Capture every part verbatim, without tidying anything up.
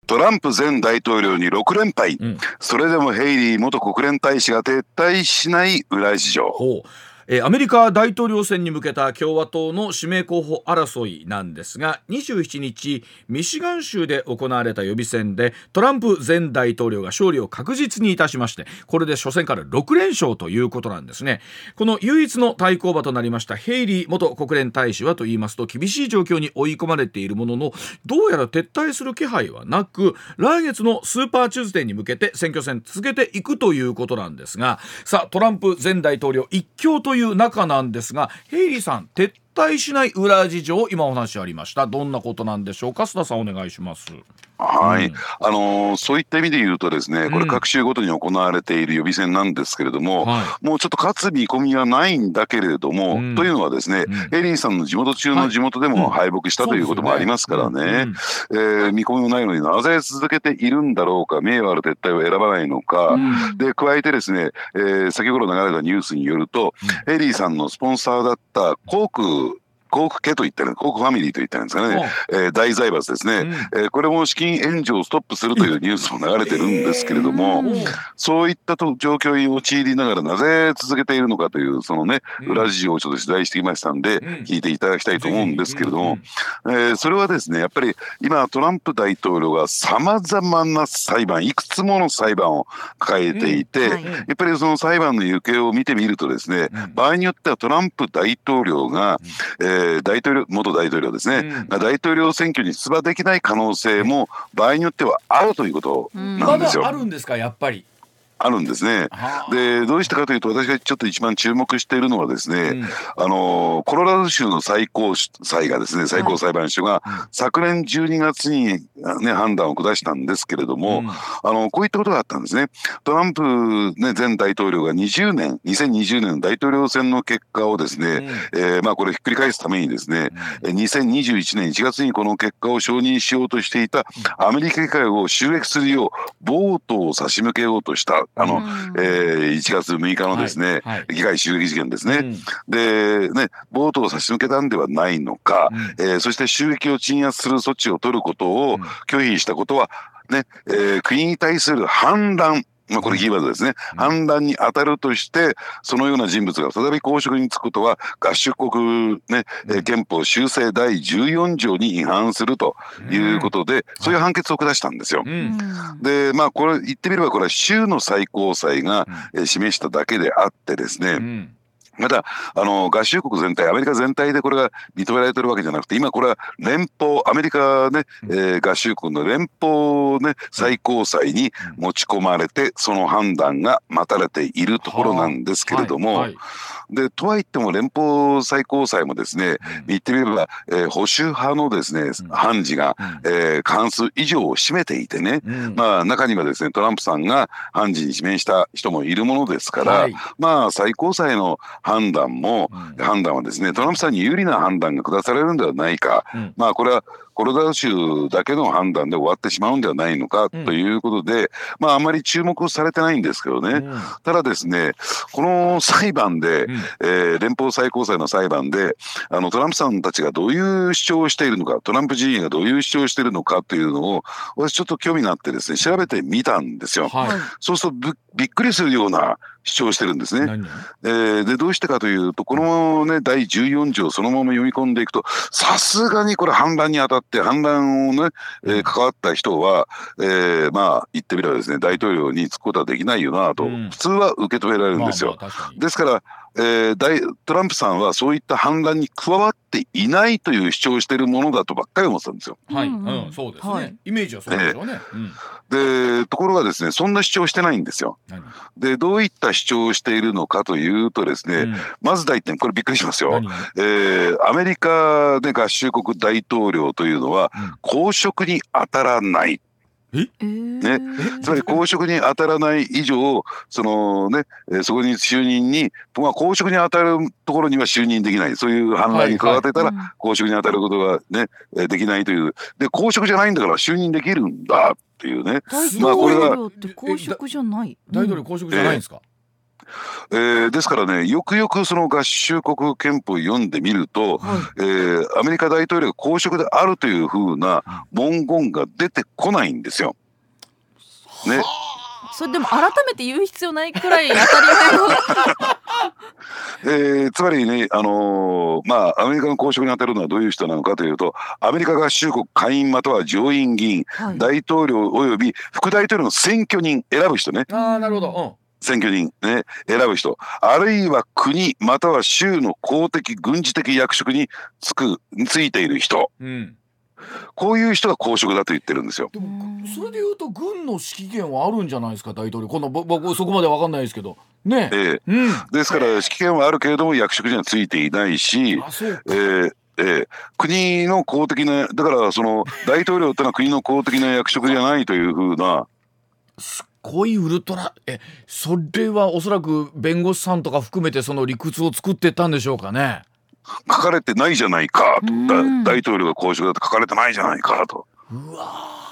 トランプ前大統領にろく連敗、 うん、 それでもヘイリー元国連大使が撤退しない裏事情。 ほう、えー、アメリカ大統領選に向けた共和党の指名候補争いなんですが、にじゅうしちにちミシガン州で行われた予備選でトランプ前大統領が勝利を確実にいたしまして、これで初戦からろく連勝ということなんですね。この唯一の対抗馬となりましたヘイリー元国連大使はと言いますと、厳しい状況に追い込まれているものの、どうやら撤退する気配はなく、来月のスーパーチューズデーに向けて選挙戦続けていくということなんですが、さあトランプ前大統領一強といういう中なんですが、ヘイリーさん撤退しない裏事情、今お話ありました。どんなことなんでしょうか。須田さんお願いします。 はい、 うん、 あのー、そういった意味で言うとですね、これ各州ごとに行われている予備選なんですけれども、うんはい、もうちょっと勝つ見込みはないんだけれども、うん、というのはですね、うん、ヘイリーさんの地元中の地元でも敗北したということもありますからね、えー、見込みもないのになぜ続けているんだろうか、名誉ある撤退を選ばないのか、うん、で加えてですね、えー、先ほど流れたニュースによると、うん、ヘイリーさんのスポンサーだったコークコーク家と言ってる、コークファミリーと言ってるんですかね、えー、大財閥ですね、うんえー、これも資金援助をストップするというニュースも流れてるんですけれども、えー、そういったと状況に陥りながらなぜ続けているのかというそのね、うん、裏事情をちょっと取材してきましたんで、うん、聞いていただきたいと思うんですけれども、うんうんえー、それはですね、やっぱり今トランプ大統領がさまざまな裁判、いくつもの裁判を抱えていて、うんはい、やっぱりその裁判の行方を見てみるとですね、うん、場合によってはトランプ大統領が、うんえー大統領元大統領ですね、うん、大統領選挙に出馬できない可能性も場合によってはあるということなんですよ。 まだあるんですか。やっぱりあるんですね。でどうしてかというと、私がちょっと一番注目しているのはですね、うん、あのコロラド州の最高裁がですね、最高裁判所が昨年じゅうにがつに、ね、判断を下したんですけれども、うん、あのこういったことがあったんですね。トランプ、ね、前大統領がにじゅうねんにせんにじゅうねんの大統領選の結果をですね、うんえーまあ、これひっくり返すためにですね、うん、にせんにじゅういちねんいちがつにこの結果を承認しようとしていたアメリカ議会を襲撃するようボートを差し向けようとしたあの、うんえー、いちがつむいかのですね、はいはい、議会襲撃事件ですね、うん、でねボートを差し向けたんではないのか、うんえー、そして襲撃を鎮圧する措置を取ることを拒否したことは、ねえー、国に対する反乱、まあ、これキーワードですね、うん、反乱に当たるとしてそのような人物が再び公職に就くことは合衆国、ねうん、憲法修正だいじゅうよんじょうに違反するということで、うん、そういう判決を下したんですよ、うん、でまあこれ言ってみればこれは州の最高裁が、うん、示しただけであってですね、うんまたあの合衆国全体、アメリカ全体でこれが認められてるわけじゃなくて、今これは連邦アメリカね、えー、合衆国の連邦ね最高裁に持ち込まれてその判断が待たれているところなんですけれども、はいはい、でとはいっても連邦最高裁もですね、言ってみれば、えー、保守派のですね判事が、えー、過半数以上を占めていてね、まあ中にはですねトランプさんが判事に指名した人もいるものですから、はい、まあ最高裁の判断も、うん、判断はですねトランプさんに有利な判断が下されるんではないか、うん、まあこれはコロラド州だけの判断で終わってしまうんではないのかということで、うん、まああまり注目されてないんですけどね、うん、ただですねこの裁判で、うんえー、連邦最高裁の裁判であのトランプさんたちがどういう主張をしているのか、トランプ陣営がどういう主張をしているのかというのを私ちょっと興味があってですね調べてみたんですよ、はい、そうするとびっくりするような主張してるんですね。えー、でどうしてかというとこの、ね、だいじゅうよんじょうそのまま読み込んでいくとさすがにこれ反乱に当たって反乱をね、えー、関わった人は、えー、まあ言ってみればですね大統領に就くことはできないよなと、うん、普通は受け止められるんですよ。まあまあですからえー、大トランプさんはそういった反乱に加わっていないという主張をしているものだとばっかり思ってたんですよ。 はい、うん、そうですね、はい、イメージはそうでしょうね、 えーうん、でところがですねそんな主張してないんですよ。でどういった主張をしているのかというとですね、うん、まず第一点これびっくりしますよ、えー、アメリカで合衆国大統領というのは、うん、公職に当たらないえね、つまり公職に当たらない以上その、ね、そこに就任に、まあ、公職に当たるところには就任できない、そういう反乱に加わってたら公職に当たることが、ね、できないという、で公職じゃないんだから就任できるんだっていうね。 大統領って公職じゃない、 大統領公職じゃないんですか。 えー、ですからね、よくよくその合衆国憲法を読んでみると、はい、えー、アメリカ大統領が公職であるというふうな文言が出てこないんですよ。ね。 それでも改めて言う必要ないくらい当たり前のえー、つまりね、あのー、まあアメリカの公職に当たるのはどういう人なのかというと、アメリカ合衆国下院または上院議員、はい、大統領および副大統領の選挙人選ぶ人ね。 ああ、なるほど、うん、 選挙人ね、選ぶ人、あるいは国または州の公的軍事的役職につくについている人、うん、こういう人が公職だと言ってるんですよ。 でもそれでいうと軍の指揮権はあるんじゃないですか、大統領。この僕そこまで分かんないですけどね。 えーうん、ですから指揮権はあるけれども役職にはついていないし、あ、そうか、えーえー、国の公的な、だからその大統領ってのは国の公的な役職じゃないというふうなすごいウルトラ、えそれはおそらく弁護士さんとか含めてその理屈を作ってたんでしょうかね。 書かれてないじゃないかと、大統領が公職だと書かれてないじゃないかと。 うわ、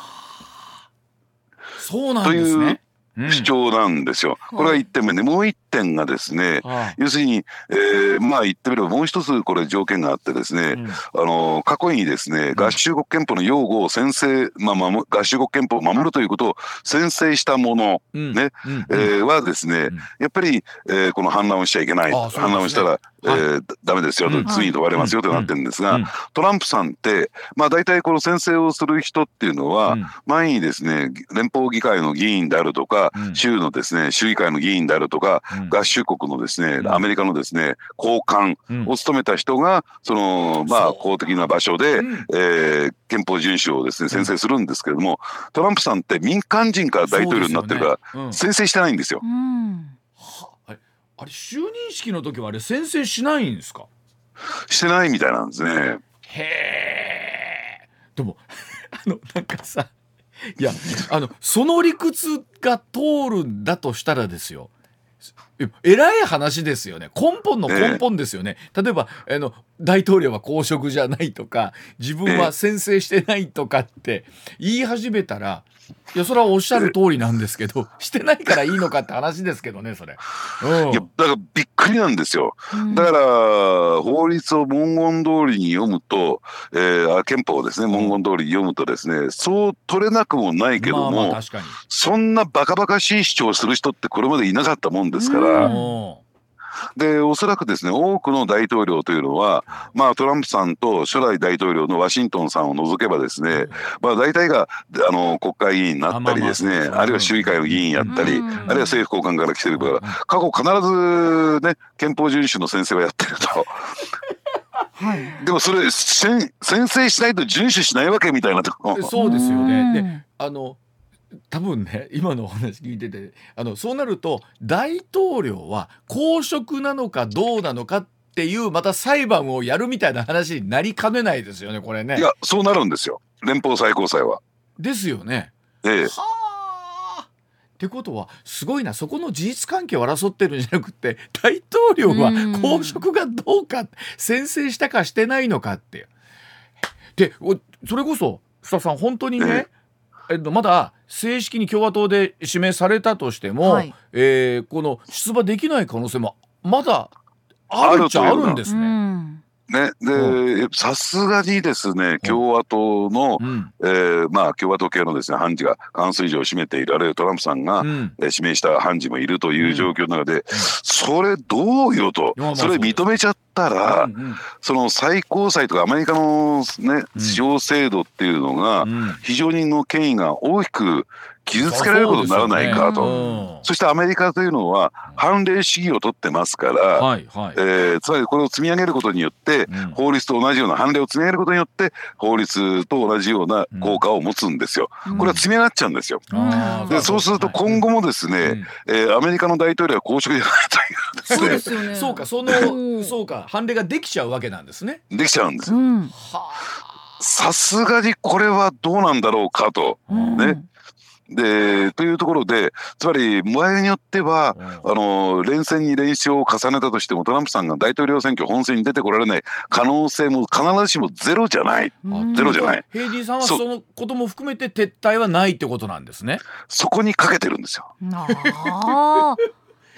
そうなんですね。 主張なんですよ、うん、これがいってんめで、もういってんがですね、はい、要するに、えー、まあ言ってみればもう一つこれ条件があってですね、うん、あの過去にですね、合衆国憲法の擁護を宣誓、まあ、守合衆国憲法を守るということを宣誓したもの、うんねうんえー、はですね、うん、やっぱり、えー、この反乱をしちゃいけない、ね、反乱をしたらえーはい、ダメですよと、うん、罪に問われますよとなってるんですが、うん、トランプさんってまあ大体この宣誓をする人っていうのは、うん、前にですね連邦議会の議員であるとか、うん、州のですね州議会の議員であるとか、うん、合衆国のですね、うん、アメリカのですね高官を務めた人がそのまあ公的な場所で、うんえー、憲法遵守をですね宣誓するんですけれども、トランプさんって民間人から大統領になってるから、ねうん、宣誓してないんですよ。うんあれ就任式の時はあれ宣誓しないんですか？ してないみたいなんですね。 へえ。でもあのなんかさ、いやあのその理屈が通るんだとしたらですよ、えらい話ですよね。根本の根本ですよね。えー、例えばあの大統領は公職じゃないとか、自分は宣誓してないとかって言い始めたら、いやそれはおっしゃる通りなんですけど、してないからいいのかって話ですけどね、それ。 うん、いやだからびっくりなんですよ。だから法律を文言通りに読むと、えー、憲法をですね文言通りに読むとですね、そう取れなくもないけども、まあまあ確かにそんなバカバカしい主張をする人ってこれまでいなかったもんですから。でおそらくですね多くの大統領というのは、まあ、トランプさんと初代大統領のワシントンさんを除けばですね、まあ、大体があの国会議員になったりですね、あるいは州議会の議員やったり、あるいは政府高官から来てるから過去必ずね憲法遵守の先生はやってると。はい、でもそれ宣誓しないと遵守しないわけみたいなところ。 そうですよね。であの多分ね今のお話聞いてて、あのそうなると大統領は公職なのかどうなのかっていうまた裁判をやるみたいな話になりかねないですよね、これね。 いやそうなるんですよ、連邦最高裁は。 ですよね。 ええ、 はあ。ってことはすごいな、そこの事実関係を争ってるんじゃなくて、大統領は公職がどうか宣誓したかしてないのかってで、それこそ須田さん本当にね、えええっと、まだ正式に共和党で指名されたとしても、はいえー、この出馬できない可能性もまだあるっちゃあるんですね。うんね、でさすがにですね共和党の、うんえーまあ、共和党系のですね判事が過半数以上を占めている、あるいはトランプさんが、うんえー、指名した判事もいるという状況の中で、うん、それどうよと、それ認めちゃったら、うんうん、その最高裁とかアメリカの、ね、司法制度っていうのが、うん、非常にの権威が大きく傷つけられることにならないかと。 そ, ね、そしてアメリカというのは判例主義を取ってますから、はいはいえー、つまりこれを積み上げることによって、うん、法律と同じような判例を積み上げることによって法律と同じような効果を持つんですよ、うん、これは積み上がっちゃうんですよ、うん、でそうすると今後もですね、うんえー、アメリカの大統領は公職じゃないというですね、 そうですよね、そうかそのそうか判例ができちゃうわけなんですね。 できちゃうんですよ、うん、さすがにこれはどうなんだろうかと、うん、ねでというところで、つまり場合によっては、うん、あの連戦に連勝を重ねたとしてもトランプさんが大統領選挙本選に出てこられない可能性も必ずしもゼロじゃない、ゼロじゃない。 ヘイディさんはそのことも含めて撤退はないってことなんですね。 そこにかけてるんですよ。 あ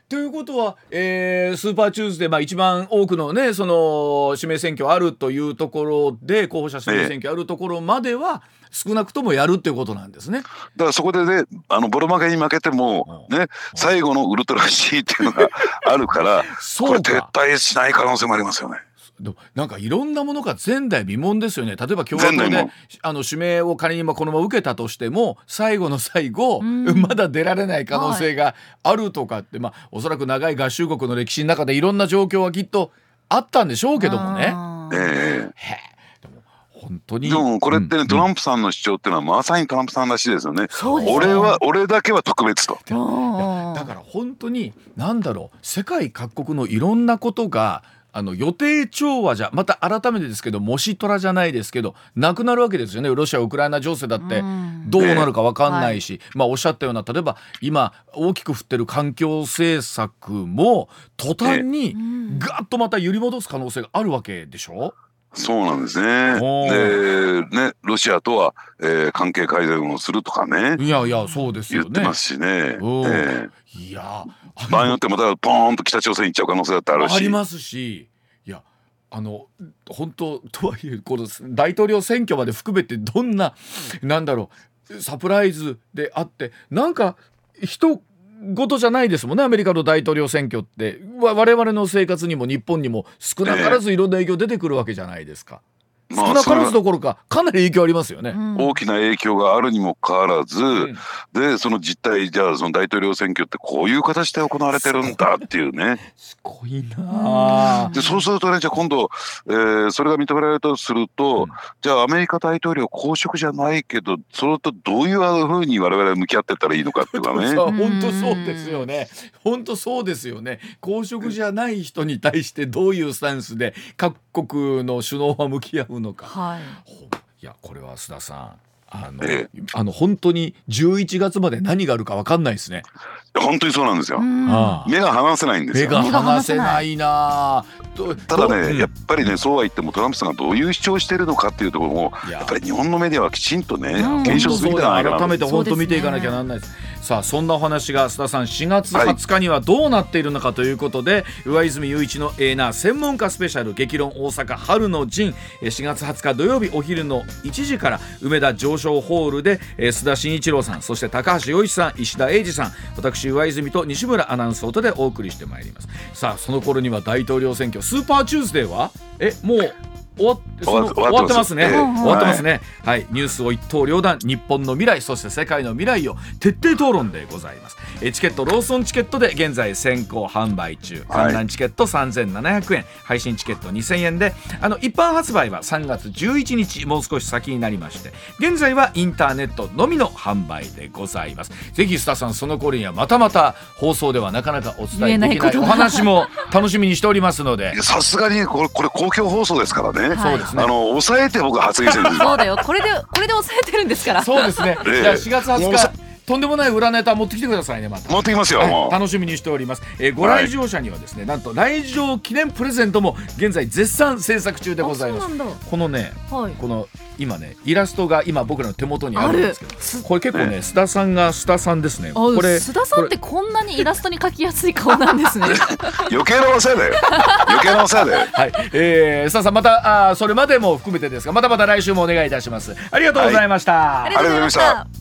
ということは、えー、スーパーチューズデー、まあ、一番多くのねその指名選挙あるというところで候補者指名選挙あるところまでは少なくともやるっていうことなんですね。 だからそこでねあのボロ負けに負けても、ね、最後のウルトラ C っていうのがあるからこれ撤退しない可能性もありますよね。 なんかいろんなものが前代未聞ですよね。例えば共和党であの指名を仮にこのまま受けたとしても最後の最後、うん、まだ出られない可能性があるとかって、はい、まあ、おそらく長い合衆国の歴史の中でいろんな状況はきっとあったんでしょうけどもね。 ええでも本当にでもこれってね、うん、トランプさんの主張っていうのはまさにトランプさんらしいですよね。 そうですね。 俺は俺だけは特別と。 だから本当に何だろう世界各国のいろんなことがあの予定調和じゃまた改めてですけどもしトラじゃないですけどなくなるわけですよね。ロシアウクライナ情勢だってどうなるか分かんないし、ね、はい、まあ、おっしゃったような例えば今大きく振ってる環境政策も途端にガッとまた揺り戻す可能性があるわけでしょ。 そうなんですね。でねロシアとは、えー、関係改善をするとかねいやいやそうですよね言ってますしね、えー、 いや場合によってまたポーンと北朝鮮行っちゃう可能性だってあるしありますし、いやあの本当とはいえこの大統領選挙まで含めてどんななんだろうサプライズであってなんか人事じゃないですもんね。アメリカの大統領選挙って我々の生活にも日本にも少なからずいろんな影響出てくるわけじゃないですか。えー、少なからずどころかかなり影響ありますよね。 大きな影響があるにもかかわらず、うん、でその実態じゃあその大統領選挙ってこういう形で行われてるんだっていうね。 すごいな。 でそうするとねじゃあ今度、えー、それが認められるとすると、うん、じゃあアメリカ大統領公職じゃないけどそれとどういうふうに我々は向き合っていったらいいのかっていうかね。 本当そうですよね。本当そうですよね。公職じゃない人に対してどういうスタンスで各国の首脳は向き合うのか、はい、いやこれは須田さんあの、ええ、あの本当にじゅういちがつまで何があるか分かんないですね。 本当にそうなんですよ。目が離せないんですよ。 目が離せないな。 ただね、うん、やっぱりねそうは言ってもトランプさんがどういう主張してるのかっていうところもやっぱり日本のメディアはきちんとね、うん、検証すべきじゃないかな。 改めて本当見ていかなきゃなんないです。さあそんなお話が須田さんしがつはつかにはどうなっているのかということで、はい、上泉雄一のエーナー専門家スペシャル激論大阪春の陣しがつはつか土曜日お昼のいちじから梅田上昇ホールで須田慎一郎さんそして高橋洋一さん石田英二さん私上泉と西村アナウンサーとでお送りしてまいります。さあその頃には大統領選挙スーパーチューズデーはえもう終わってその終わってますね、えー、終わってますね、はい、ニュースを一刀両断日本の未来そして世界の未来を徹底討論でございます。えチケットローソンチケットで現在先行販売中。観覧チケットさんぜんななひゃくえん配信チケットにせんえんであの一般発売はさんがつじゅういちにちもう少し先になりまして現在はインターネットのみの販売でございます。ぜひ須田さんその頃にはまたまた放送ではなかなかお伝えできないお話も楽しみにしておりますのでさすがにこれ、これ公共放送ですからね、 はい、そうですねあの抑えて僕は発言してるんですそうだよこれでこれで抑えてるんですからそうですね、ええ、じゃあしがつはつかとんでもない裏ネタ持ってきてくださいね。また持ってきますよ、 はい、 もう楽しみにしております、えー、ご来場者にはですね、はい、なんと来場記念プレゼントも現在絶賛制作中でございます。このね、はい、この今ねイラストが今僕らの手元にあるんですけどこれ結構ね須田さんが須田さんですね。これ須田さんってこんなにイラストに描きやすい顔なんですね余計なおせいだよ余計なおせいだよはい、えー、須田さんまたあそれまでも含めてですがまたまた来週もお願いいたします。ありがとうございました、 はい、ありがとうございました。